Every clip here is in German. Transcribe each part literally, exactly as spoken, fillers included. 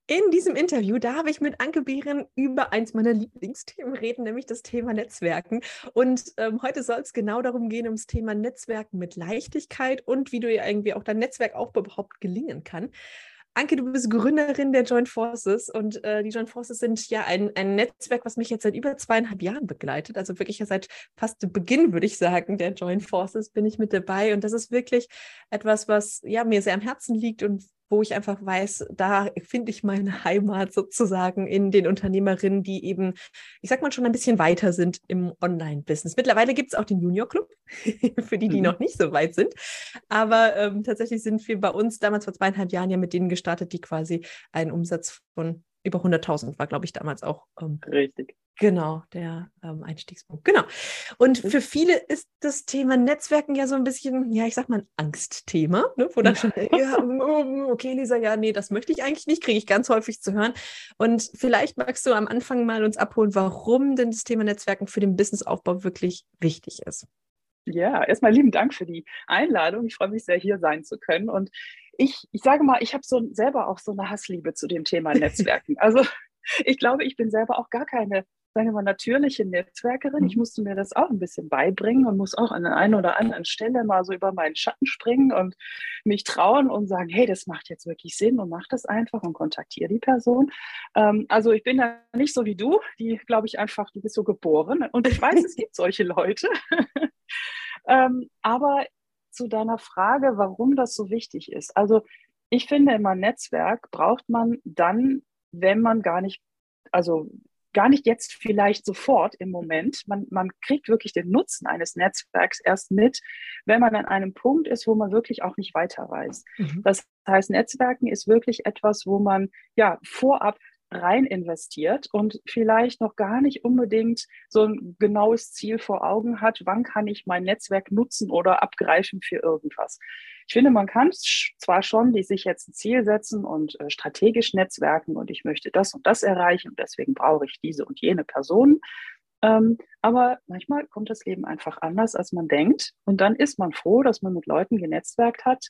In diesem Interview darf ich mit Anke Behren über eins meiner Lieblingsthemen reden, nämlich das Thema Netzwerken. Und ähm, heute soll es genau darum gehen, ums Thema Netzwerken mit Leichtigkeit und wie du dir irgendwie auch dein Netzwerkaufbau überhaupt gelingen kann. Anke, du bist Gründerin der Joint Forces und äh, die Joint Forces sind ja ein, ein Netzwerk, was mich jetzt seit über zweieinhalb Jahren begleitet. Also wirklich ja seit fast Beginn, würde ich sagen, der Joint Forces bin ich mit dabei. Und das ist wirklich etwas, was ja mir sehr am Herzen liegt und wo ich einfach weiß, da finde ich meine Heimat sozusagen in den Unternehmerinnen, die eben, ich sag mal, schon ein bisschen weiter sind im Online-Business. Mittlerweile gibt es auch den Junior Club, für die, die Mhm. noch nicht so weit sind. Aber ähm, tatsächlich sind wir bei uns damals vor zweieinhalb Jahren ja mit denen gestartet, die quasi einen Umsatz von über hunderttausend war, glaube ich, damals auch. Ähm, Richtig. Genau, der ähm, Einstiegspunkt. Genau. Und für viele ist das Thema Netzwerken ja so ein bisschen, ja, ich sag mal, ein Angstthema, ne? Wo dann schon, ja, okay, Lisa, ja, nee, das möchte ich eigentlich nicht, kriege ich ganz häufig zu hören. Und vielleicht magst du am Anfang mal uns abholen, warum denn das Thema Netzwerken für den Businessaufbau wirklich wichtig ist. Ja, erstmal lieben Dank für die Einladung. Ich freue mich sehr, hier sein zu können. Und ich, ich sage mal, ich habe so selber auch so eine Hassliebe zu dem Thema Netzwerken. Also ich glaube, ich bin selber auch gar keine, sagen wir mal, natürliche Netzwerkerin. Ich Mhm. musste mir das auch ein bisschen beibringen und muss auch an der einen oder anderen Stelle mal so über meinen Schatten springen und mich trauen und sagen, hey, das macht jetzt wirklich Sinn und mach das einfach und kontaktiere die Person. Ähm, also ich bin da nicht so wie du, die, glaube ich, einfach, du bist so geboren. Und ich weiß, es gibt solche Leute. Ähm, aber zu deiner Frage, warum das so wichtig ist. Also ich finde immer, Netzwerk braucht man dann, wenn man gar nicht, also gar nicht jetzt vielleicht sofort im Moment. Man, man kriegt wirklich den Nutzen eines Netzwerks erst mit, wenn man an einem Punkt ist, wo man wirklich auch nicht weiter weiß. Mhm. Das heißt, Netzwerken ist wirklich etwas, wo man ja vorab rein investiert und vielleicht noch gar nicht unbedingt so ein genaues Ziel vor Augen hat, wann kann ich mein Netzwerk nutzen oder abgreifen für irgendwas. Ich finde, man kann zwar schon die sich jetzt ein Ziel setzen und äh, strategisch netzwerken und ich möchte das und das erreichen und deswegen brauche ich diese und jene Person. Ähm, aber manchmal kommt das Leben einfach anders, als man denkt. Und dann ist man froh, dass man mit Leuten genetzwerkt hat,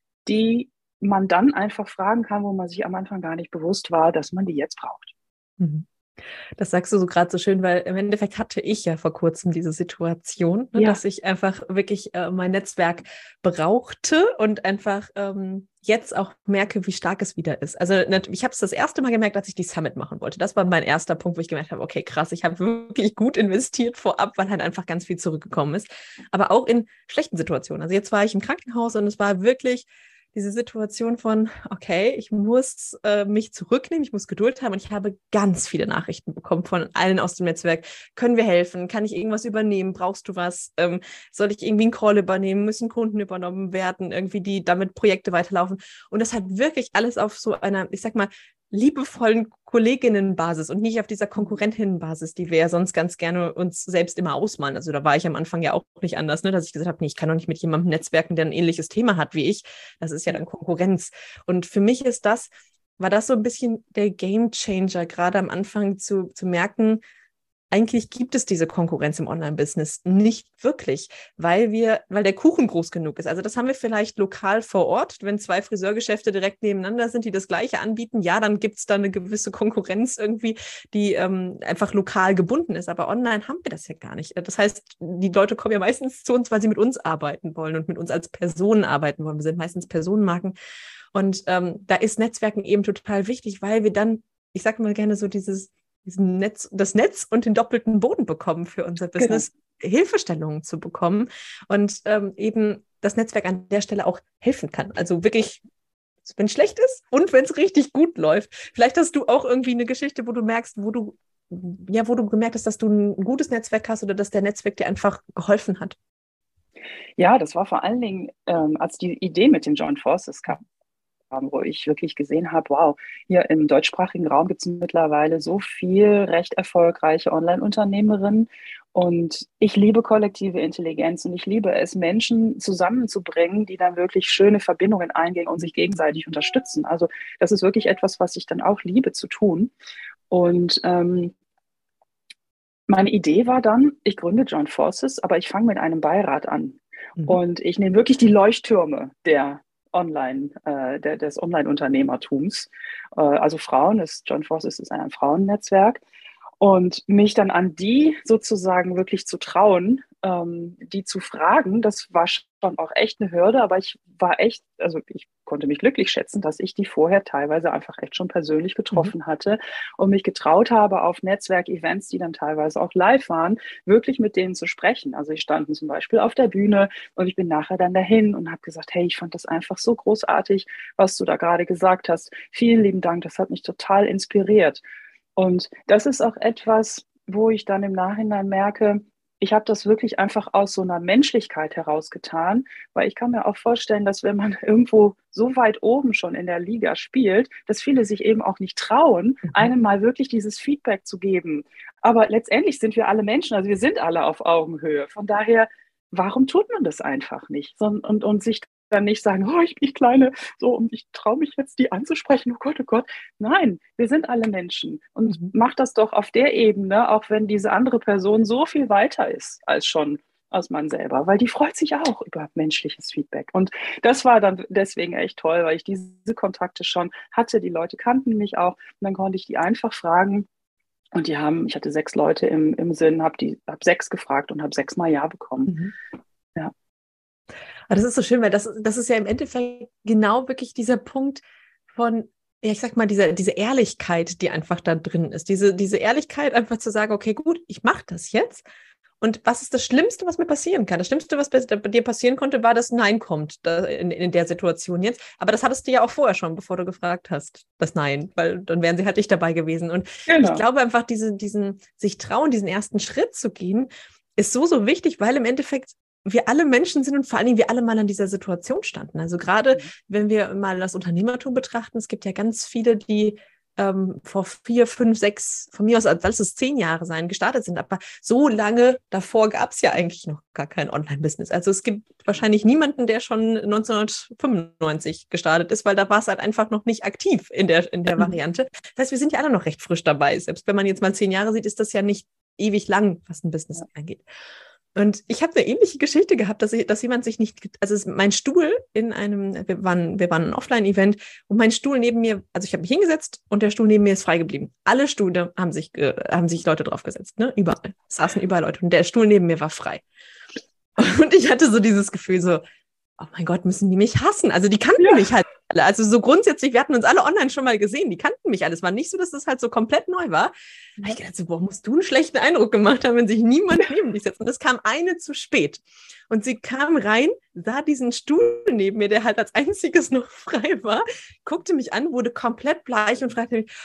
die man dann einfach fragen kann, wo man sich am Anfang gar nicht bewusst war, dass man die jetzt braucht. Mhm. Das sagst du so gerade so schön, weil im Endeffekt hatte ich ja vor kurzem diese Situation, ne, Ja, dass ich einfach wirklich äh, mein Netzwerk brauchte und einfach ähm, jetzt auch merke, wie stark es wieder ist. Also ich habe es das erste Mal gemerkt, als ich die Summit machen wollte. Das war mein erster Punkt, wo ich gemerkt habe, okay, krass, ich habe wirklich gut investiert vorab, weil halt einfach ganz viel zurückgekommen ist. Aber auch in schlechten Situationen. Also jetzt war ich im Krankenhaus und es war wirklich diese Situation von, okay, ich muss äh, mich zurücknehmen, ich muss Geduld haben und ich habe ganz viele Nachrichten bekommen von allen aus dem Netzwerk. Können wir helfen? Kann ich irgendwas übernehmen? Brauchst du was? Ähm, soll ich irgendwie einen Call übernehmen? Müssen Kunden übernommen werden? Irgendwie, die damit Projekte weiterlaufen? Und das hat wirklich alles auf so einer, ich sag mal, liebevollen Kolleginnenbasis und nicht auf dieser Konkurrentinnenbasis, die wir ja sonst ganz gerne uns selbst immer ausmalen. Also da war ich am Anfang ja auch nicht anders, ne, dass ich gesagt habe, nee, ich kann doch nicht mit jemandem netzwerken, der ein ähnliches Thema hat wie ich. Das ist ja dann Konkurrenz. Und für mich ist das, war das so ein bisschen der Gamechanger, gerade am Anfang zu, zu merken, eigentlich gibt es diese Konkurrenz im Online-Business nicht wirklich, weil wir, weil der Kuchen groß genug ist. Also das haben wir vielleicht lokal vor Ort, wenn zwei Friseurgeschäfte direkt nebeneinander sind, die das Gleiche anbieten, ja, dann gibt es da eine gewisse Konkurrenz irgendwie, die ähm, einfach lokal gebunden ist. Aber online haben wir das ja gar nicht. Das heißt, die Leute kommen ja meistens zu uns, weil sie mit uns arbeiten wollen und mit uns als Personen arbeiten wollen. Wir sind meistens Personenmarken. Und ähm, da ist Netzwerken eben total wichtig, weil wir dann, ich sage mal gerne so dieses diesen Netz, das Netz und den doppelten Boden bekommen für unser genau. Business, Hilfestellungen zu bekommen und ähm, eben das Netzwerk an der Stelle auch helfen kann. Also wirklich, wenn es schlecht ist und wenn es richtig gut läuft. Vielleicht hast du auch irgendwie eine Geschichte, wo du merkst, wo du, ja, wo du gemerkt hast, dass du ein gutes Netzwerk hast oder dass der Netzwerk dir einfach geholfen hat. Ja, das war vor allen Dingen, ähm, als die Idee mit den Joint Forces kam, wo ich wirklich gesehen habe, wow, hier im deutschsprachigen Raum gibt es mittlerweile so viel recht erfolgreiche Online-Unternehmerinnen und ich liebe kollektive Intelligenz und ich liebe es, Menschen zusammenzubringen, die dann wirklich schöne Verbindungen eingehen und sich gegenseitig unterstützen. Also das ist wirklich etwas, was ich dann auch liebe zu tun. Und ähm, meine Idee war dann, ich gründe Joint Forces, aber ich fange mit einem Beirat an. Mhm. Und ich nehme wirklich die Leuchttürme der Online, äh, der, des Online-Unternehmertums. Äh, also Frauen, ist, Join Forces ist ein Frauennetzwerk. Und mich dann an die sozusagen wirklich zu trauen, ähm, die zu fragen, das war schon auch echt eine Hürde, aber ich war echt, also ich konnte mich glücklich schätzen, dass ich die vorher teilweise einfach echt schon persönlich getroffen Mhm. hatte und mich getraut habe, auf Netzwerkevents, die dann teilweise auch live waren, wirklich mit denen zu sprechen. Also ich stand zum Beispiel auf der Bühne und ich bin nachher dann dahin und habe gesagt, hey, ich fand das einfach so großartig, was du da gerade gesagt hast. Vielen lieben Dank, das hat mich total inspiriert. Und das ist auch etwas, wo ich dann im Nachhinein merke, ich habe das wirklich einfach aus so einer Menschlichkeit heraus getan, weil ich kann mir auch vorstellen, dass wenn man irgendwo so weit oben schon in der Liga spielt, dass viele sich eben auch nicht trauen, Mhm. einem mal wirklich dieses Feedback zu geben. Aber letztendlich sind wir alle Menschen, also wir sind alle auf Augenhöhe. Von daher, warum tut man das einfach nicht? So, und, und sich dann nicht sagen, oh, ich bin kleine, so, und ich traue mich jetzt, die anzusprechen, oh Gott, oh Gott. Nein, wir sind alle Menschen. Und Mhm. mach das doch auf der Ebene, auch wenn diese andere Person so viel weiter ist als schon als man selber, weil die freut sich auch über menschliches Feedback. Und das war dann deswegen echt toll, weil ich diese Kontakte schon hatte. Die Leute kannten mich auch. Und dann konnte ich die einfach fragen. Und die haben, ich hatte sechs Leute im, im Sinn, habe die, hab sechs gefragt und habe sechsmal Ja bekommen. Mhm. Ja. Aber das ist so schön, weil das, das ist ja im Endeffekt genau wirklich dieser Punkt von, ja, ich sag mal, diese, diese Ehrlichkeit, die einfach da drin ist. Diese, diese Ehrlichkeit, einfach zu sagen, okay, gut, ich mache das jetzt. Und was ist das Schlimmste, was mir passieren kann? Das Schlimmste, was bei dir passieren konnte, war, dass Nein kommt da in, in der Situation jetzt. Aber das hattest du ja auch vorher schon, bevor du gefragt hast, das Nein, weil dann wären sie halt nicht dabei gewesen. Und ich Genau. glaube einfach, diese, diesen, sich trauen, diesen ersten Schritt zu gehen, ist so, so wichtig, weil im Endeffekt wir alle Menschen sind und vor allen Dingen wir alle mal in dieser Situation standen. Also gerade wenn wir mal das Unternehmertum betrachten, es gibt ja ganz viele, die ähm, vor vier, fünf, sechs, von mir aus, als es zehn Jahre sein, gestartet sind. Aber so lange davor gab es ja eigentlich noch gar kein Online-Business. Also es gibt wahrscheinlich niemanden, der schon neunzehnhundertfünfundneunzig gestartet ist, weil da war es halt einfach noch nicht aktiv in der, in der Variante. Das heißt, wir sind ja alle noch recht frisch dabei. Selbst wenn man jetzt mal zehn Jahre sieht, ist das ja nicht ewig lang, was ein Business Ja. angeht. Und ich habe eine ähnliche Geschichte gehabt, dass, ich, dass jemand sich nicht, also es, mein Stuhl in einem, wir waren, wir waren ein Offline-Event und mein Stuhl neben mir, also ich habe mich hingesetzt und der Stuhl neben mir ist frei geblieben. Alle Stühle haben sich, äh, haben sich Leute draufgesetzt, ne? Überall. Es saßen überall Leute und der Stuhl neben mir war frei. Und ich hatte so dieses Gefühl so, oh mein Gott, müssen die mich hassen? Also die kannten Ja. mich halt alle. Also so grundsätzlich, wir hatten uns alle online schon mal gesehen, die kannten mich alle. Es war nicht so, dass das halt so komplett neu war. Da habe ich gedacht, so, boah, musst du einen schlechten Eindruck gemacht haben, wenn sich niemand neben dich setzt. Und es kam eine zu spät. Und sie kam rein, sah diesen Stuhl neben mir, der halt als einziges noch frei war, guckte mich an, wurde komplett bleich und fragte mich,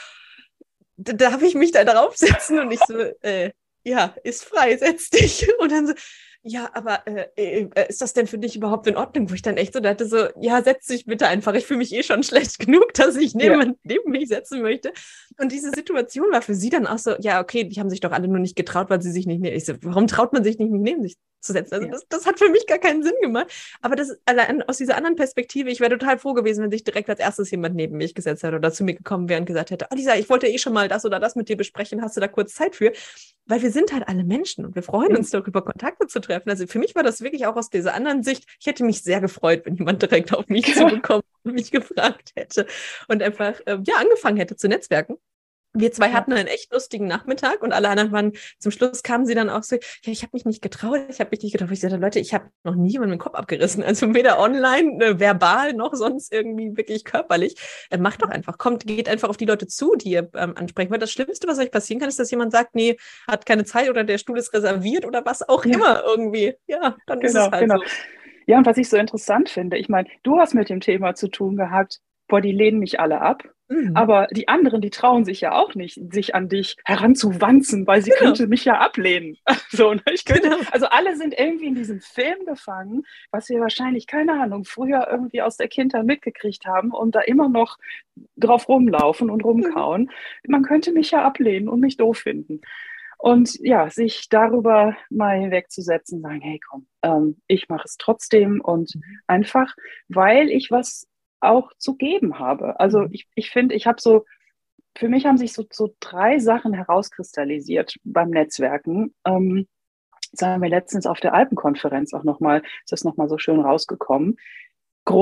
darf ich mich da draufsetzen? Und ich so, äh, ja, ist frei, setz dich. Und dann so, ja, aber äh, äh, ist das denn für dich überhaupt in Ordnung? Wo ich dann echt so dachte, so, ja, setz dich bitte einfach. Ich fühle mich eh schon schlecht genug, dass ich neben, Ja. neben mich setzen möchte. Und diese Situation war für sie dann auch so, ja, okay, die haben sich doch alle nur nicht getraut, weil sie sich nicht, ich so, warum traut man sich nicht, nicht neben sich zu setzen? Also Ja. das, das hat für mich gar keinen Sinn gemacht. Aber das allein aus dieser anderen Perspektive, ich wäre total froh gewesen, wenn sich direkt als erstes jemand neben mich gesetzt hätte oder zu mir gekommen wäre und gesagt hätte, oh Lisa, ich wollte eh schon mal das oder das mit dir besprechen, hast du da kurz Zeit für? Weil wir sind halt alle Menschen und wir freuen Ja. uns darüber, Kontakte zu treffen. Also für mich war das wirklich auch aus dieser anderen Sicht, ich hätte mich sehr gefreut, wenn jemand direkt auf mich zugekommen und mich gefragt hätte und einfach ähm, ja, angefangen hätte zu netzwerken. Wir zwei Ja. hatten einen echt lustigen Nachmittag und alle anderen waren, zum Schluss kamen sie dann auch so, ja, ich habe mich nicht getraut, ich habe mich nicht getraut. Ich sagte, Leute, ich habe noch nie jemanden den Kopf abgerissen, also weder online, äh, verbal, noch sonst irgendwie wirklich körperlich. Äh, macht doch einfach, kommt, geht einfach auf die Leute zu, die ihr ähm, ansprechen wollt. Das Schlimmste, was euch passieren kann, ist, dass jemand sagt, nee, hat keine Zeit oder der Stuhl ist reserviert oder was auch Ja. immer irgendwie. Ja, dann ist es Genau, halt genau. so. Ja, und was ich so interessant finde, ich meine, du hast mit dem Thema zu tun gehabt, boah, die lehnen mich alle ab. Mhm. Aber die anderen, die trauen sich ja auch nicht, sich an dich heranzuwanzen, weil sie Genau, könnte mich ja ablehnen. So, ne? Ich könnte, genau. also alle sind irgendwie in diesem Film gefangen, was wir wahrscheinlich, keine Ahnung, früher irgendwie aus der Kindheit mitgekriegt haben und da immer noch drauf rumlaufen und Mhm. rumkauen. Man könnte mich ja ablehnen und mich doof finden. Und ja, sich darüber mal hinwegzusetzen, sagen, hey komm, ähm, ich mache es trotzdem und einfach, weil ich was auch zu geben habe. Also Mhm. ich, ich finde, ich habe so, für mich haben sich so, so drei Sachen herauskristallisiert beim Netzwerken. Ähm, das haben wir letztens auf der Alpenkonferenz auch nochmal, ist das nochmal so schön rausgekommen. Groß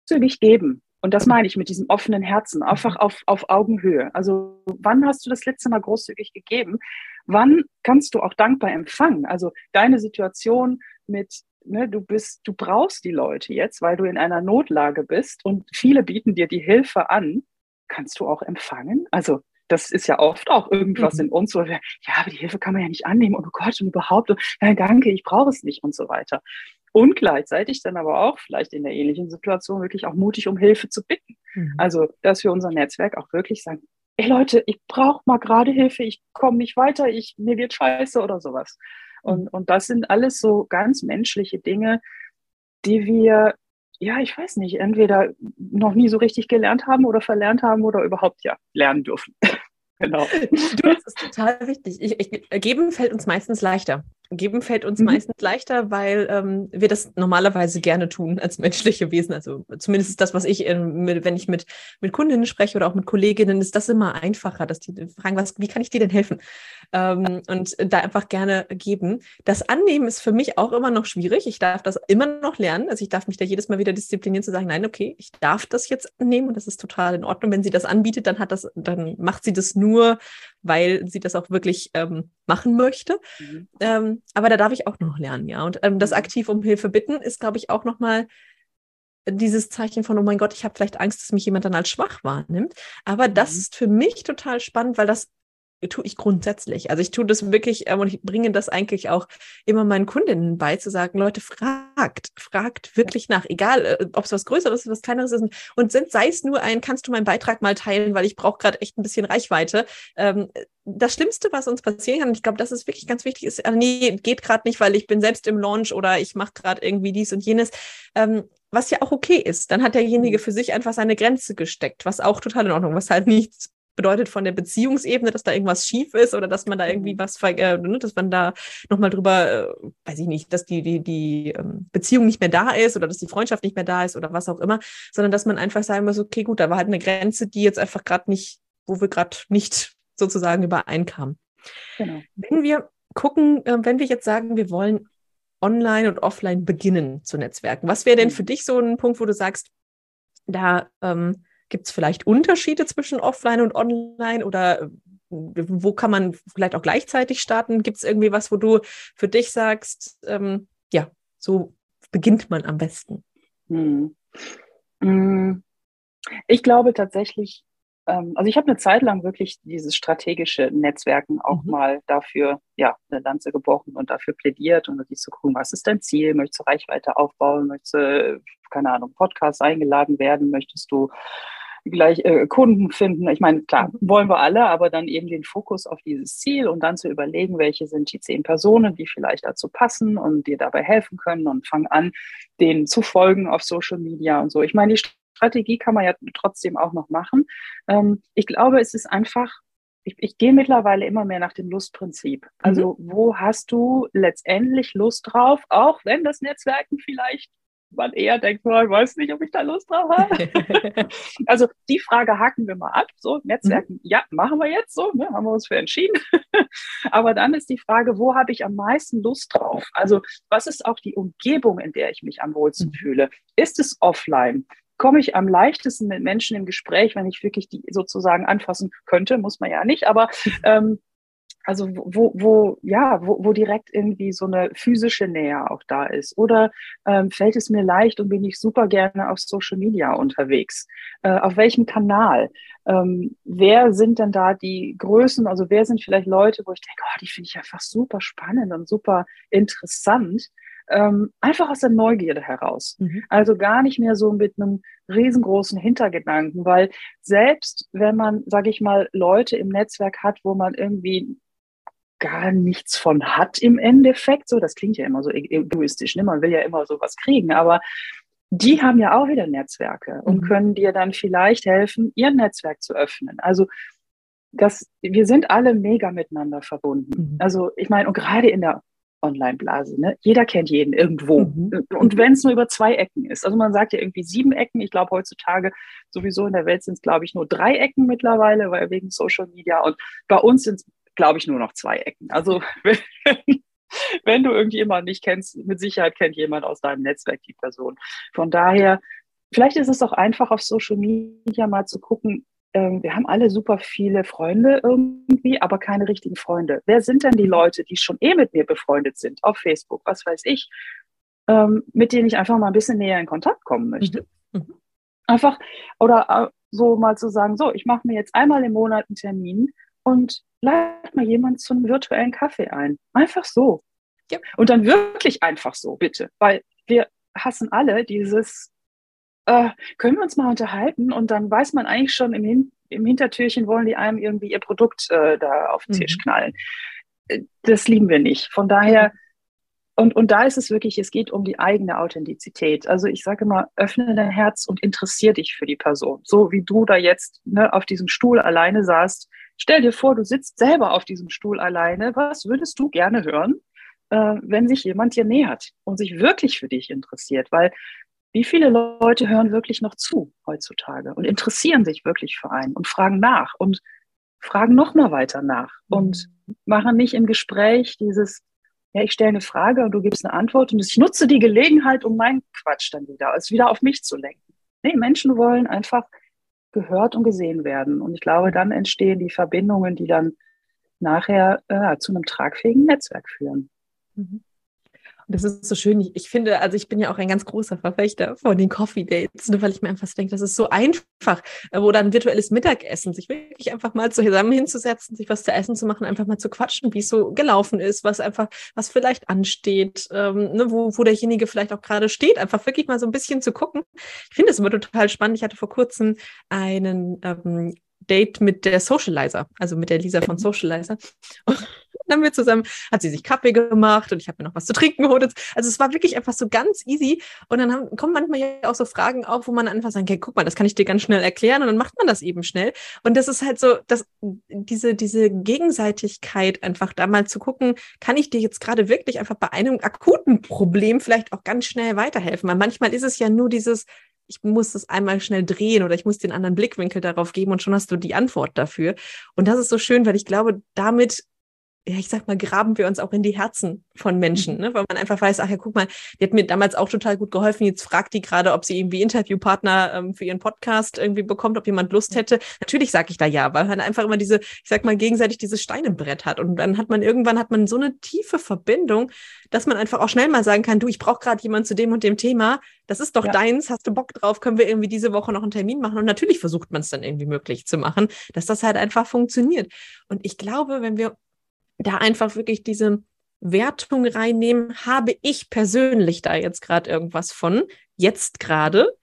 großzügig geben. Und das meine ich mit diesem offenen Herzen, einfach auf, auf Augenhöhe. Also wann hast du das letzte Mal großzügig gegeben? Wann kannst du auch dankbar empfangen? Also deine Situation mit, ne, du bist, du brauchst die Leute jetzt, weil du in einer Notlage bist und viele bieten dir die Hilfe an. Kannst du auch empfangen? Also das ist ja oft auch irgendwas Mhm. in uns, wo wir, ja, aber die Hilfe kann man ja nicht annehmen. Oh Gott, und überhaupt, und, nein, danke, ich brauche es nicht und so weiter. Und gleichzeitig dann aber auch vielleicht in der ähnlichen Situation wirklich auch mutig um Hilfe zu bitten. Mhm. Also, dass wir unser Netzwerk auch wirklich sagen, ey Leute, ich brauche mal gerade Hilfe, ich komme nicht weiter, ich, mir wird scheiße oder sowas. Und, und das sind alles so ganz menschliche Dinge, die wir, ja, ich weiß nicht, entweder noch nie so richtig gelernt haben oder verlernt haben oder überhaupt ja lernen dürfen. Genau. Du, das ist total wichtig. Ich, ich, geben fällt uns meistens leichter. Geben fällt uns Mhm. meistens leichter, weil ähm, wir das normalerweise gerne tun als menschliche Wesen. Also zumindest ist das, was ich, äh, mit, wenn ich mit, mit Kundinnen spreche oder auch mit Kolleginnen, ist das immer einfacher, dass die fragen, was, wie kann ich dir denn helfen? Ähm, und da einfach gerne geben. Das Annehmen ist für mich auch immer noch schwierig. Ich darf das immer noch lernen. Also ich darf mich da jedes Mal wieder disziplinieren zu sagen, nein, okay, ich darf das jetzt annehmen und das ist total in Ordnung. Wenn sie das anbietet, dann hat das, dann macht sie das nur, weil sie das auch wirklich ähm, machen möchte. Mhm. Ähm, aber da darf ich auch noch lernen, ja. Und ähm, das Mhm. aktiv um Hilfe bitten ist, glaube ich, auch nochmal dieses Zeichen von, oh mein Gott, ich habe vielleicht Angst, dass mich jemand dann als schwach wahrnimmt. Aber das Mhm. ist für mich total spannend, weil das tue ich grundsätzlich. Also ich tue das wirklich ähm, und ich bringe das eigentlich auch immer meinen Kundinnen bei, zu sagen, Leute, fragt, fragt wirklich nach, egal, äh, ob es was Größeres ist, was Kleineres ist und sind, sei es nur ein, kannst du meinen Beitrag mal teilen, weil ich brauche gerade echt ein bisschen Reichweite. Ähm, das Schlimmste, was uns passieren kann, und ich glaube, das ist wirklich ganz wichtig, ist, äh, nee, geht gerade nicht, weil ich bin selbst im Launch oder ich mache gerade irgendwie dies und jenes, ähm, was ja auch okay ist. Dann hat derjenige für sich einfach seine Grenze gesteckt, was auch total in Ordnung, was halt nichts bedeutet von der Beziehungsebene, dass da irgendwas schief ist oder dass man da irgendwie was, äh, dass man da nochmal drüber, äh, weiß ich nicht, dass die, die, die ähm, Beziehung nicht mehr da ist oder dass die Freundschaft nicht mehr da ist oder was auch immer, sondern dass man einfach sagen muss, okay, gut, da war halt eine Grenze, die jetzt einfach gerade nicht, wo wir gerade nicht sozusagen übereinkamen. Genau. Wenn wir gucken, äh, wenn wir jetzt sagen, wir wollen online und offline beginnen zu netzwerken, was wäre denn für dich so ein Punkt, wo du sagst, da ähm, gibt es vielleicht Unterschiede zwischen offline und online oder wo kann man vielleicht auch gleichzeitig starten? Gibt es irgendwie was, wo du für dich sagst, ähm, ja, so beginnt man am besten? Hm. Ich glaube tatsächlich, ähm, also ich habe eine Zeit lang wirklich dieses strategische Netzwerken auch Mhm. mal dafür, ja, eine Lanze gebrochen und dafür plädiert und wirklich zu gucken, was ist dein Ziel? Möchtest du Reichweite aufbauen? Möchtest du, keine Ahnung, Podcasts eingeladen werden? Möchtest du gleich äh, Kunden finden? Ich meine, klar, Mhm. wollen wir alle, aber dann eben den Fokus auf dieses Ziel und dann zu überlegen, welche sind die zehn Personen, die vielleicht dazu passen und dir dabei helfen können und fang an, denen zu folgen auf Social Media und so. Ich meine, die Strategie kann man ja trotzdem auch noch machen. Ähm, ich glaube, es ist einfach, ich, ich gehe mittlerweile immer mehr nach dem Lustprinzip. Mhm. Also wo hast du letztendlich Lust drauf, auch wenn das Netzwerken vielleicht man eher denkt, oh, ich weiß nicht, ob ich da Lust drauf habe. Also die Frage haken wir mal ab. So, Netzwerken, Mhm. ja, machen wir jetzt so, ne, haben wir uns für entschieden. Aber dann ist die Frage, wo habe ich am meisten Lust drauf? Also was ist auch die Umgebung, in der ich mich am wohlsten Mhm. fühle? Ist es offline? Komme ich am leichtesten mit Menschen im Gespräch, wenn ich wirklich die sozusagen anfassen könnte, muss man ja nicht, aber ähm, also wo, wo, ja, wo, wo direkt irgendwie so eine physische Nähe auch da ist. Oder ähm, fällt es mir leicht und bin ich super gerne auf Social Media unterwegs? Äh, auf welchem Kanal? Ähm, wer sind denn da die Größen? Also wer sind vielleicht Leute, wo ich denke, oh, die finde ich einfach super spannend und super interessant. Ähm, einfach aus der Neugierde heraus. Mhm. Also gar nicht mehr so mit einem riesengroßen Hintergedanken, weil selbst wenn man, sage ich mal, Leute im Netzwerk hat, wo man irgendwie gar nichts von hat im Endeffekt. So, das klingt ja immer so egoistisch, ne? Man will ja immer sowas kriegen, aber die haben ja auch wieder Netzwerke und Mhm. können dir dann vielleicht helfen, ihr Netzwerk zu öffnen. Also das, wir sind alle mega miteinander verbunden. Mhm. Also ich meine, und gerade in der Online-Blase, ne? Jeder kennt jeden irgendwo. Mhm. Und Mhm. wenn es nur über zwei Ecken ist. Also man sagt ja irgendwie sieben Ecken. Ich glaube, heutzutage sowieso in der Welt sind es, glaube ich, nur drei Ecken mittlerweile, weil wegen Social Media. Und bei uns sind es, glaube ich, nur noch zwei Ecken. Also wenn, wenn du irgendjemanden nicht kennst, mit Sicherheit kennt jemand aus deinem Netzwerk die Person. Von daher vielleicht ist es auch einfach auf Social Media mal zu gucken, ähm, wir haben alle super viele Freunde irgendwie, aber keine richtigen Freunde. Wer sind denn die Leute, die schon eh mit mir befreundet sind, auf Facebook, was weiß ich, ähm, mit denen ich einfach mal ein bisschen näher in Kontakt kommen möchte? Mhm. Mhm. Einfach, oder äh, so mal zu sagen, so, ich mache mir jetzt einmal im Monat einen Termin und lade mal jemanden zu einem virtuellen Kaffee ein. Einfach so. Ja. Und dann wirklich einfach so, bitte. Weil wir hassen alle dieses, äh, können wir uns mal unterhalten? Und dann weiß man eigentlich schon, im, Hin im Hintertürchen wollen die einem irgendwie ihr Produkt äh, da auf den Tisch Mhm. knallen. Äh, Das lieben wir nicht. Von daher, und, und da ist es wirklich, es geht um die eigene Authentizität. Also ich sage immer, öffne dein Herz und interessier dich für die Person. So wie du da jetzt ne, auf diesem Stuhl alleine saßt. Stell dir vor, du sitzt selber auf diesem Stuhl alleine. Was würdest du gerne hören, äh, wenn sich jemand dir nähert und sich wirklich für dich interessiert? Weil wie viele Leute hören wirklich noch zu heutzutage und interessieren sich wirklich für einen und fragen nach und fragen noch mal weiter nach und machen nicht im Gespräch dieses, ja, ich stelle eine Frage und du gibst eine Antwort und ich nutze die Gelegenheit, um meinen Quatsch dann wieder, es wieder auf mich zu lenken. Nee, Menschen wollen einfach gehört und gesehen werden. Und ich glaube, dann entstehen die Verbindungen, die dann nachher äh, zu einem tragfähigen Netzwerk führen. Mhm. Das ist so schön. Ich, ich finde, also ich bin ja auch ein ganz großer Verfechter von den Coffee Dates, ne, weil ich mir einfach so denke, das ist so einfach, äh, oder ein virtuelles Mittagessen, sich wirklich einfach mal zusammen hinzusetzen, sich was zu essen zu machen, einfach mal zu quatschen, wie es so gelaufen ist, was einfach, was vielleicht ansteht, ähm, ne, wo, wo derjenige vielleicht auch gerade steht, einfach wirklich mal so ein bisschen zu gucken. Ich finde es immer total spannend. Ich hatte vor kurzem einen ähm, Date mit der Socializer, also mit der Lisa von Socializer. Und dann haben wir zusammen, hat sie sich Kaffee gemacht und ich habe mir noch was zu trinken geholt. Also es war wirklich einfach so ganz easy. Und dann haben, kommen manchmal ja auch so Fragen auf, wo man einfach sagt, okay, guck mal, das kann ich dir ganz schnell erklären. Und dann macht man das eben schnell. Und das ist halt so, dass diese, diese Gegenseitigkeit einfach da mal zu gucken, kann ich dir jetzt gerade wirklich einfach bei einem akuten Problem vielleicht auch ganz schnell weiterhelfen? Weil manchmal ist es ja nur dieses, ich muss das einmal schnell drehen oder ich muss den anderen Blickwinkel darauf geben und schon hast du die Antwort dafür. Und das ist so schön, weil ich glaube, damit, ja, ich sag mal, graben wir uns auch in die Herzen von Menschen, ne? Weil man einfach weiß, ach ja, guck mal, die hat mir damals auch total gut geholfen. Jetzt fragt die gerade, ob sie irgendwie Interviewpartner ähm, für ihren Podcast irgendwie bekommt, ob jemand Lust hätte. Natürlich sage ich da ja, weil man einfach immer diese, ich sag mal, gegenseitig dieses Stein im Brett hat. Und dann hat man irgendwann hat man so eine tiefe Verbindung, dass man einfach auch schnell mal sagen kann, du, ich brauche gerade jemanden zu dem und dem Thema. Das ist doch ja deins, hast du Bock drauf, können wir irgendwie diese Woche noch einen Termin machen? Und natürlich versucht man es dann irgendwie möglich zu machen, dass das halt einfach funktioniert. Und ich glaube, wenn wir da einfach wirklich diese Wertung reinnehmen, habe ich persönlich da jetzt gerade irgendwas von, jetzt gerade,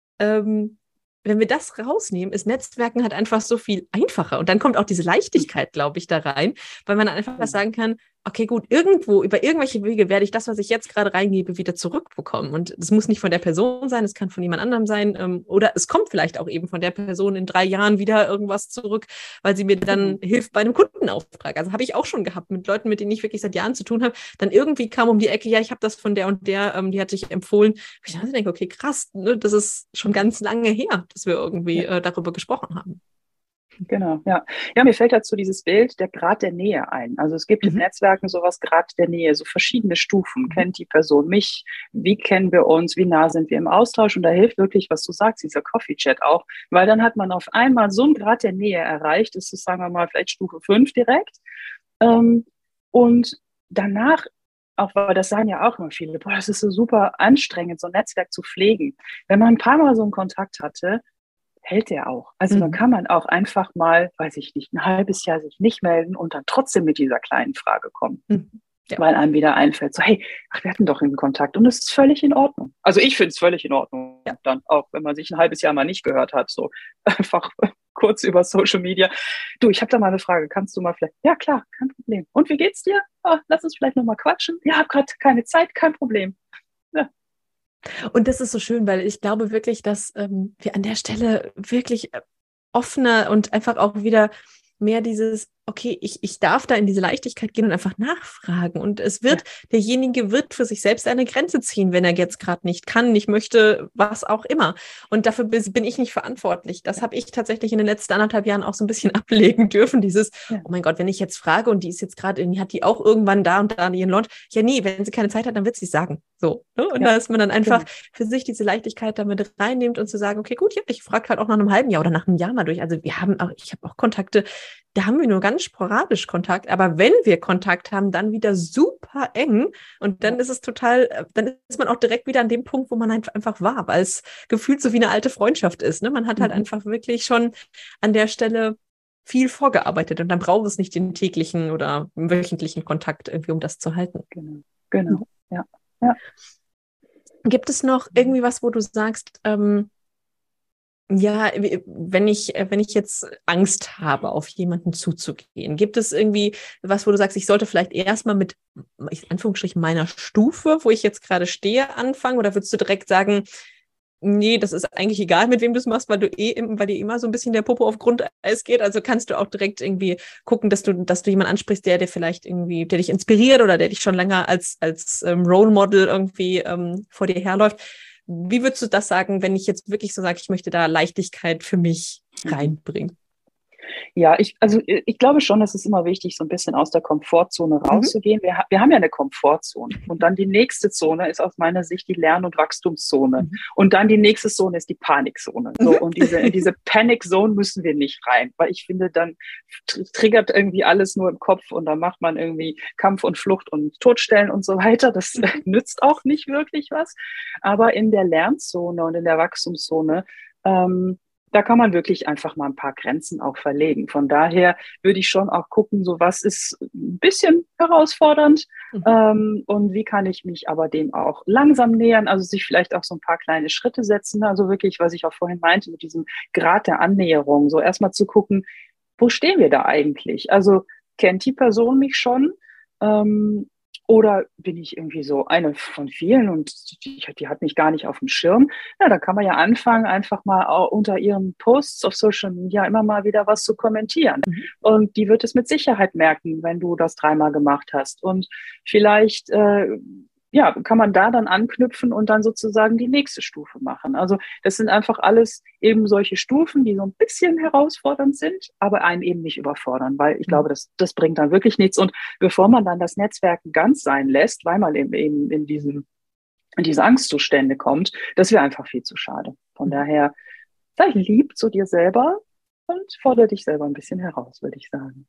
ähm, wenn wir das rausnehmen, ist Netzwerken halt einfach so viel einfacher. Und dann kommt auch diese Leichtigkeit, glaube ich, da rein, weil man dann einfach was sagen kann, okay, gut, irgendwo, über irgendwelche Wege werde ich das, was ich jetzt gerade reingebe, wieder zurückbekommen. Und es muss nicht von der Person sein, es kann von jemand anderem sein, ähm, oder es kommt vielleicht auch eben von der Person in drei Jahren wieder irgendwas zurück, weil sie mir dann mhm. hilft bei einem Kundenauftrag. Also habe ich auch schon gehabt mit Leuten, mit denen ich wirklich seit Jahren zu tun habe. Dann irgendwie kam um die Ecke, ja, ich habe das von der und der, ähm, die hat sich empfohlen. Ich dann denke, okay, krass, ne, das ist schon ganz lange her, dass wir irgendwie ja. äh, darüber gesprochen haben. Genau, ja. Ja, mir fällt dazu dieses Bild, der Grad der Nähe ein. Also es gibt mhm. in Netzwerken sowas, Grad der Nähe, so verschiedene Stufen. Mhm. Kennt die Person mich? Wie kennen wir uns? Wie nah sind wir im Austausch? Und da hilft wirklich, was du sagst, dieser Coffee-Chat auch, weil dann hat man auf einmal so einen Grad der Nähe erreicht, das ist, sagen wir mal, vielleicht Stufe fünf direkt. Ähm, und danach, auch weil das sagen ja auch immer viele, boah, das ist so super anstrengend, so ein Netzwerk zu pflegen. Wenn man ein paar Mal so einen Kontakt hatte, hält der auch. Also mhm. dann kann man auch einfach mal, weiß ich nicht, ein halbes Jahr sich nicht melden und dann trotzdem mit dieser kleinen Frage kommen. Mhm. Ja. Weil einem wieder einfällt, so hey, ach, wir hatten doch einen Kontakt und es ist völlig in Ordnung. Also ich finde es völlig in Ordnung. Ja. Dann auch, wenn man sich ein halbes Jahr mal nicht gehört hat, so einfach kurz über Social Media. Du, ich habe da mal eine Frage, kannst du mal vielleicht, ja klar, kein Problem. Und wie geht's dir? Oh, lass uns vielleicht nochmal quatschen. Ja, hab gerade keine Zeit, kein Problem. Ja. Und das ist so schön, weil ich glaube wirklich, dass ähm, wir an der Stelle wirklich offener und einfach auch wieder mehr dieses, okay, ich, ich darf da in diese Leichtigkeit gehen und einfach nachfragen. Und es wird, ja. derjenige wird für sich selbst eine Grenze ziehen, wenn er jetzt gerade nicht kann, nicht möchte, was auch immer. Und dafür bin ich nicht verantwortlich. Das habe ich tatsächlich in den letzten anderthalb Jahren auch so ein bisschen ablegen dürfen. Dieses, ja. oh mein Gott, wenn ich jetzt frage und die ist jetzt gerade, hat die auch irgendwann da und da ihren Launch? Ja, nee, wenn sie keine Zeit hat, dann wird sie es sagen. So. Ne? Und ja. da ist man dann einfach genau. für sich diese Leichtigkeit damit reinnimmt und zu sagen, okay, gut, ja, ich frage halt auch nach einem halben Jahr oder nach einem Jahr mal durch. Also wir haben auch, ich habe auch Kontakte, da haben wir nur ganz sporadisch Kontakt, aber wenn wir Kontakt haben, dann wieder super eng und dann ja. ist es total, dann ist man auch direkt wieder an dem Punkt, wo man halt einfach war, weil es gefühlt so wie eine alte Freundschaft ist. Ne? Man hat halt mhm. einfach wirklich schon an der Stelle viel vorgearbeitet und dann braucht es nicht den täglichen oder wöchentlichen Kontakt irgendwie, um das zu halten. Genau, genau, ja. ja. Gibt es noch irgendwie was, wo du sagst, ähm, ja, wenn ich, wenn ich jetzt Angst habe, auf jemanden zuzugehen, gibt es irgendwie was, wo du sagst, ich sollte vielleicht erstmal mit, in Anführungsstrichen, meiner Stufe, wo ich jetzt gerade stehe, anfangen? Oder würdest du direkt sagen, nee, das ist eigentlich egal, mit wem du es machst, weil du eh, weil dir immer so ein bisschen der Popo auf Grundeis geht? Also kannst du auch direkt irgendwie gucken, dass du, dass du jemanden ansprichst, der dir vielleicht irgendwie, der dich inspiriert oder der dich schon länger als, als ähm, Role Model irgendwie ähm, vor dir herläuft. Wie würdest du das sagen, wenn ich jetzt wirklich so sage, ich möchte da Leichtigkeit für mich reinbringen? Ja, ich, also ich glaube schon, es ist immer wichtig, so ein bisschen aus der Komfortzone rauszugehen. Mhm. Wir, wir haben ja eine Komfortzone. Und dann die nächste Zone ist aus meiner Sicht die Lern- und Wachstumszone. Mhm. Und dann die nächste Zone ist die Panikzone. So, mhm. Und diese, in diese Panic-Zone müssen wir nicht rein. Weil ich finde, dann triggert irgendwie alles nur im Kopf und dann macht man irgendwie Kampf und Flucht und Todstellen und so weiter. Das mhm. nützt auch nicht wirklich was. Aber in der Lernzone und in der Wachstumszone, ähm, da kann man wirklich einfach mal ein paar Grenzen auch verlegen. Von daher würde ich schon auch gucken, so was ist ein bisschen herausfordernd mhm. ähm, und wie kann ich mich aber dem auch langsam nähern, also sich vielleicht auch so ein paar kleine Schritte setzen. Also wirklich, was ich auch vorhin meinte, mit diesem Grad der Annäherung, so erstmal zu gucken, wo stehen wir da eigentlich? Also kennt die Person mich schon? Ähm, Oder bin ich irgendwie so eine von vielen und die, die hat mich gar nicht auf dem Schirm? Ja, da kann man ja anfangen, einfach mal unter ihren Posts auf Social Media immer mal wieder was zu kommentieren. Mhm. Und die wird es mit Sicherheit merken, wenn du das dreimal gemacht hast. Und vielleicht äh, ja, kann man da dann anknüpfen und dann sozusagen die nächste Stufe machen. Also das sind einfach alles eben solche Stufen, die so ein bisschen herausfordernd sind, aber einen eben nicht überfordern, weil ich glaube, das, das bringt dann wirklich nichts. Und bevor man dann das Netzwerken ganz sein lässt, weil man eben, eben in, diesen, in diese Angstzustände kommt, das wäre einfach viel zu schade. Von daher, sei lieb zu dir selber und fordere dich selber ein bisschen heraus, würde ich sagen.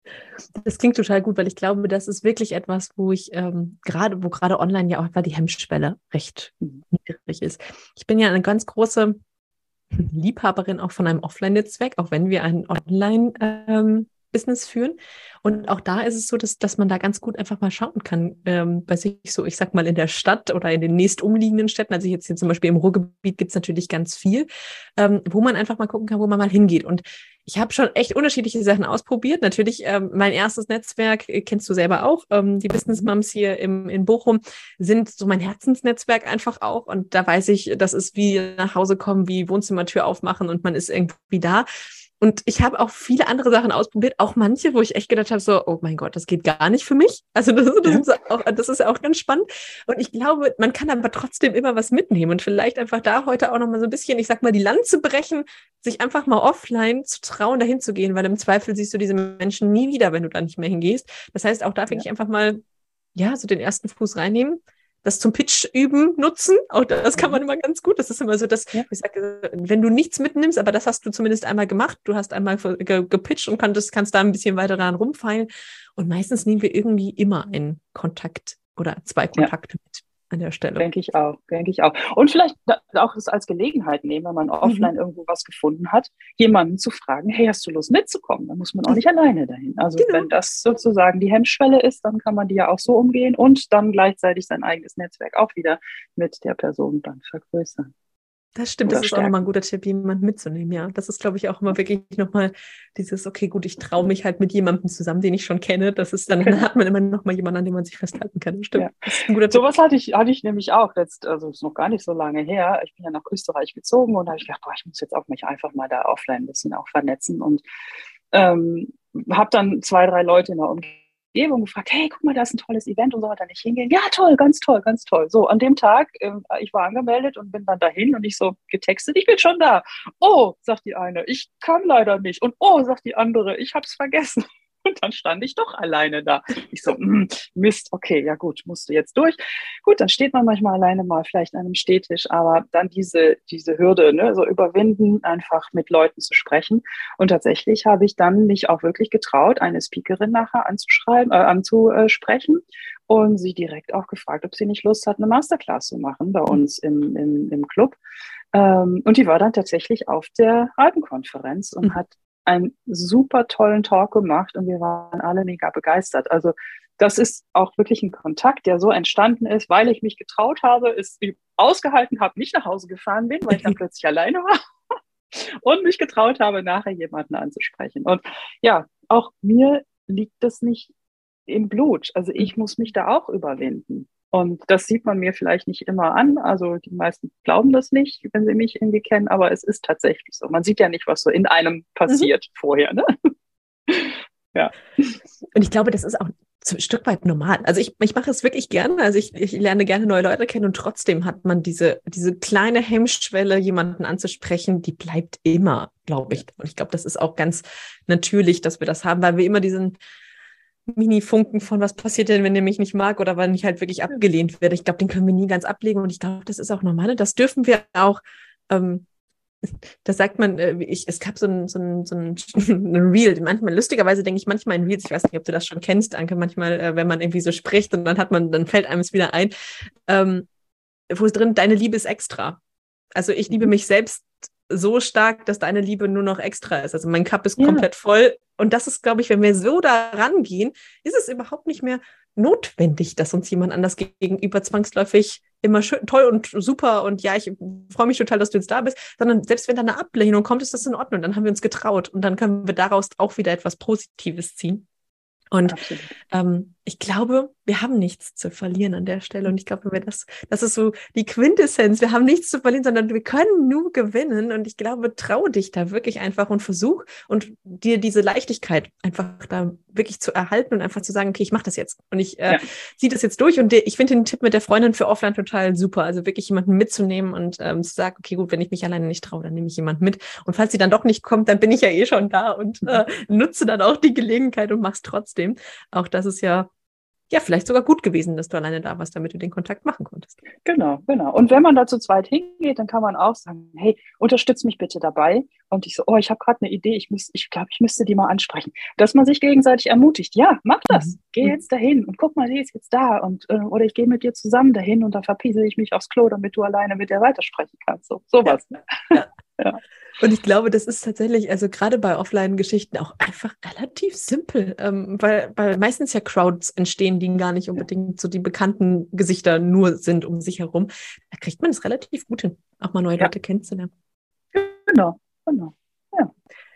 Das klingt total gut, weil ich glaube, das ist wirklich etwas, wo ich ähm, gerade, wo gerade online ja auch einfach die Hemmschwelle recht niedrig ist. Ich bin ja eine ganz große Liebhaberin auch von einem Offline-Netzwerk, auch wenn wir ein Online-Business ähm, führen. Und auch da ist es so, dass, dass man da ganz gut einfach mal schauen kann, ähm, bei sich so, ich sag mal, in der Stadt oder in den nächst umliegenden Städten, also jetzt hier zum Beispiel im Ruhrgebiet gibt es natürlich ganz viel, ähm, wo man einfach mal gucken kann, wo man mal hingeht. Und ich habe schon echt unterschiedliche Sachen ausprobiert. Natürlich, ähm, mein erstes Netzwerk, äh, kennst du selber auch, ähm, die Business Moms hier im, in Bochum sind so mein Herzensnetzwerk einfach auch. Und da weiß ich, das ist wie nach Hause kommen, wie Wohnzimmertür aufmachen und man ist irgendwie da. Und ich habe auch viele andere Sachen ausprobiert, auch manche, wo ich echt gedacht habe, so, oh mein Gott, das geht gar nicht für mich. Also das, das, ist, auch, das ist auch ganz spannend. Und ich glaube, man kann aber trotzdem immer was mitnehmen und vielleicht einfach da heute auch nochmal so ein bisschen, ich sag mal, die Lanze brechen, sich einfach mal offline zu trauen, dahin zu gehen, weil im Zweifel siehst du diese Menschen nie wieder, wenn du da nicht mehr hingehst. Das heißt, auch da finde ja. ich einfach mal, ja, so den ersten Fuß reinnehmen. Das zum Pitch üben nutzen, auch das kann man immer ganz gut. Das ist immer so, dass ja. ich sage, wenn du nichts mitnimmst, aber das hast du zumindest einmal gemacht, du hast einmal ge- gepitcht und kannst, kannst da ein bisschen weiter dran rumfeilen. Und meistens nehmen wir irgendwie immer einen Kontakt oder zwei Kontakte ja. mit an der Stelle. Denke ich auch, denke ich auch. Und vielleicht auch es als Gelegenheit nehmen, wenn man offline mhm. irgendwo was gefunden hat, jemanden zu fragen, hey, hast du Lust mitzukommen? Da muss man auch nicht mhm. alleine dahin. Also genau. wenn das sozusagen die Hemmschwelle ist, dann kann man die ja auch so umgehen und dann gleichzeitig sein eigenes Netzwerk auch wieder mit der Person dann vergrößern. Das stimmt, das ist stärken. Auch nochmal ein guter Tipp, jemanden mitzunehmen, ja. Das ist, glaube ich, auch immer wirklich nochmal dieses, okay, gut, ich traue mich halt mit jemandem zusammen, den ich schon kenne. Das ist dann, dann hat man immer nochmal jemanden, an dem man sich festhalten kann. Stimmt. Ja. Das ist ein guter Tipp. Sowas hatte ich, hatte ich nämlich auch jetzt, also ist noch gar nicht so lange her. Ich bin ja nach Österreich gezogen und da habe ich gedacht, boah, ich muss jetzt auch mich einfach mal da offline ein bisschen auch vernetzen und ähm, habe dann zwei, drei Leute in der Umgebung gefragt, hey, guck mal, da ist ein tolles Event und soll da nicht hingehen? Ja, toll, ganz toll, ganz toll. So, an dem Tag, äh, ich war angemeldet und bin dann dahin und ich so getextet, ich bin schon da. Oh, sagt die eine, ich kann leider nicht. Und oh, sagt die andere, ich habe es vergessen. Und dann stand ich doch alleine da. Ich so, mm, Mist, okay, ja gut, musst du jetzt durch. Gut, dann steht man manchmal alleine mal vielleicht an einem Stehtisch, aber dann diese, diese Hürde, ne, so überwinden, einfach mit Leuten zu sprechen. Und tatsächlich habe ich dann mich auch wirklich getraut, eine Speakerin nachher anzuschreiben, äh, anzusprechen und sie direkt auch gefragt, ob sie nicht Lust hat, eine Masterclass zu machen bei uns im, im, im Club. Ähm, und die war dann tatsächlich auf der Alpenkonferenz und mhm. hat einen super tollen Talk gemacht und wir waren alle mega begeistert. Also das ist auch wirklich ein Kontakt, der so entstanden ist, weil ich mich getraut habe, es ausgehalten habe, nicht nach Hause gefahren bin, weil ich dann plötzlich alleine war und mich getraut habe, nachher jemanden anzusprechen. Und ja, auch mir liegt das nicht im Blut. Also ich muss mich da auch überwinden. Und das sieht man mir vielleicht nicht immer an. Also die meisten glauben das nicht, wenn sie mich irgendwie kennen, aber es ist tatsächlich so. Man sieht ja nicht, was so in einem passiert mhm. vorher. Ne? Ja. Und ich glaube, das ist auch ein Stück weit normal. Also ich, ich mache es wirklich gerne. Also ich, ich lerne gerne neue Leute kennen und trotzdem hat man diese, diese kleine Hemmschwelle, jemanden anzusprechen, die bleibt immer, glaube ich. Und ich glaube, das ist auch ganz natürlich, dass wir das haben, weil wir immer diesen Mini-Funken von, was passiert denn, wenn der mich nicht mag oder wenn ich halt wirklich abgelehnt werde. Ich glaube, den können wir nie ganz ablegen und ich glaube, das ist auch normal. Und das dürfen wir auch, ähm, das sagt man, äh, ich, es gab so ein, so ein, so ein, ein Reel, manchmal, lustigerweise denke ich manchmal in Reels, ich weiß nicht, ob du das schon kennst, Anke, manchmal, äh, wenn man irgendwie so spricht und dann hat man, dann fällt einem es wieder ein, ähm, wo es drin, deine Liebe ist extra. Also ich liebe mich selbst so stark, dass deine Liebe nur noch extra ist. Also mein Cup ist ja. komplett voll. Und das ist, glaube ich, wenn wir so da rangehen, ist es überhaupt nicht mehr notwendig, dass uns jemand anders gegenüber zwangsläufig immer schön, toll und super und ja, ich freue mich total, dass du jetzt da bist, sondern selbst wenn da eine Ablehnung kommt, ist das in Ordnung. Dann haben wir uns getraut und dann können wir daraus auch wieder etwas Positives ziehen. Und ähm, ich glaube, wir haben nichts zu verlieren an der Stelle. Und ich glaube, wenn wir das, das ist so die Quintessenz. Wir haben nichts zu verlieren, sondern wir können nur gewinnen. Und ich glaube, trau dich da wirklich einfach und versuch und dir diese Leichtigkeit einfach da wirklich zu erhalten und einfach zu sagen, okay, ich mache das jetzt. Und ich äh, ja. ziehe das jetzt durch. Und der, ich finde den Tipp mit der Freundin für offline total super. Also wirklich jemanden mitzunehmen und ähm, zu sagen, okay, gut, wenn ich mich alleine nicht traue, dann nehme ich jemanden mit. Und falls sie dann doch nicht kommt, dann bin ich ja eh schon da und äh, nutze dann auch die Gelegenheit und mach's trotzdem. Auch das ist ja, ja vielleicht sogar gut gewesen, dass du alleine da warst, damit du den Kontakt machen konntest. Genau, genau. Und wenn man da zu zweit hingeht, dann kann man auch sagen, hey, unterstütz mich bitte dabei. Und ich so, oh, ich habe gerade eine Idee, ich, müß, ich glaube, ich müsste die mal ansprechen. Dass man sich gegenseitig ermutigt. Ja, mach das. Mhm. Geh jetzt dahin und guck mal, die ist jetzt da. Und, äh, oder ich gehe mit dir zusammen dahin und dann verpiesel ich mich aufs Klo, damit du alleine mit der weitersprechen kannst. So, sowas. Ja. Ja. Ja. Und ich glaube, das ist tatsächlich, also gerade bei Offline-Geschichten auch einfach relativ simpel, ähm, weil, weil meistens ja Crowds entstehen, die gar nicht unbedingt so die bekannten Gesichter nur sind um sich herum. Da kriegt man es relativ gut hin, auch mal neue ja. Leute kennenzulernen. Genau, genau. Ja.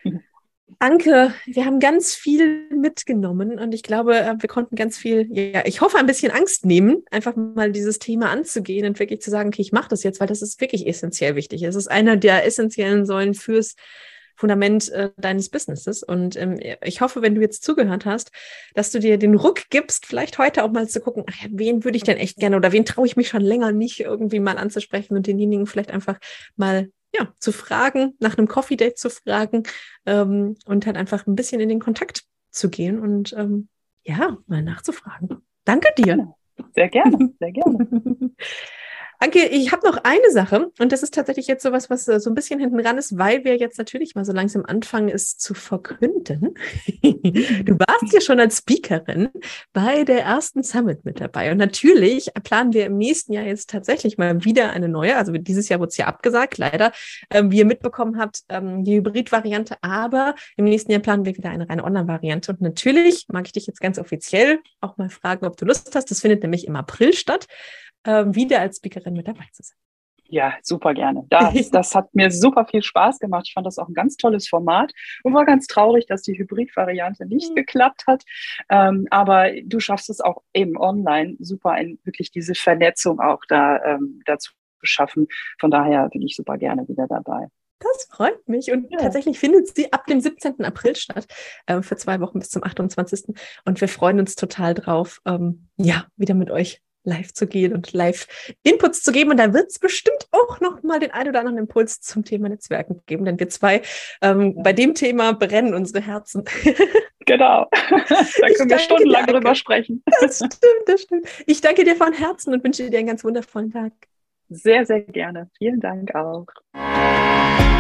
Anke, wir haben ganz viel mitgenommen und ich glaube, wir konnten ganz viel, ja, ich hoffe, ein bisschen Angst nehmen, einfach mal dieses Thema anzugehen und wirklich zu sagen, okay, ich mache das jetzt, weil das ist wirklich essentiell wichtig. Es ist einer der essentiellen Säulen fürs Fundament äh, deines Businesses und ähm, ich hoffe, wenn du jetzt zugehört hast, dass du dir den Ruck gibst, vielleicht heute auch mal zu gucken, ach ja, wen würde ich denn echt gerne oder wen traue ich mich schon länger nicht irgendwie mal anzusprechen und denjenigen vielleicht einfach mal ja, zu fragen, nach einem Coffee-Date zu fragen ähm, und halt einfach ein bisschen in den Kontakt zu gehen und ähm, ja, mal nachzufragen. Danke dir. Sehr gerne, sehr gerne. Anke, ich habe noch eine Sache und das ist tatsächlich jetzt sowas, was so ein bisschen hinten ran ist, weil wir jetzt natürlich mal so langsam anfangen, es zu verkünden. Du warst ja schon als Speakerin bei der ersten Summit mit dabei und natürlich planen wir im nächsten Jahr jetzt tatsächlich mal wieder eine neue, also dieses Jahr wurde es ja abgesagt, leider, ähm, wie ihr mitbekommen habt, ähm, die Hybrid-Variante, aber im nächsten Jahr planen wir wieder eine reine Online-Variante und natürlich mag ich dich jetzt ganz offiziell auch mal fragen, ob du Lust hast, das findet nämlich im April statt, Ähm, wieder als Speakerin mit dabei zu sein. Ja, super gerne. Das, das hat mir super viel Spaß gemacht. Ich fand das auch ein ganz tolles Format und war ganz traurig, dass die Hybrid-Variante nicht mhm. geklappt hat. Ähm, aber du schaffst es auch eben online super, ein, wirklich diese Vernetzung auch da ähm, dazu zu schaffen. Von daher bin ich super gerne wieder dabei. Das freut mich. Und Ja. tatsächlich findet sie ab dem siebzehnten April statt, äh, für zwei Wochen bis zum achtundzwanzigsten Und wir freuen uns total drauf, ähm, ja, wieder mit euch live zu gehen und live Inputs zu geben. Und da wird es bestimmt auch noch mal den ein oder anderen Impuls zum Thema Netzwerken geben, denn wir zwei ähm, ja. bei dem Thema brennen unsere Herzen. Genau. Da können wir stundenlang dir, drüber sprechen. Das stimmt, das stimmt. Ich danke dir von Herzen und wünsche dir einen ganz wundervollen Tag. Sehr, sehr gerne. Vielen Dank auch.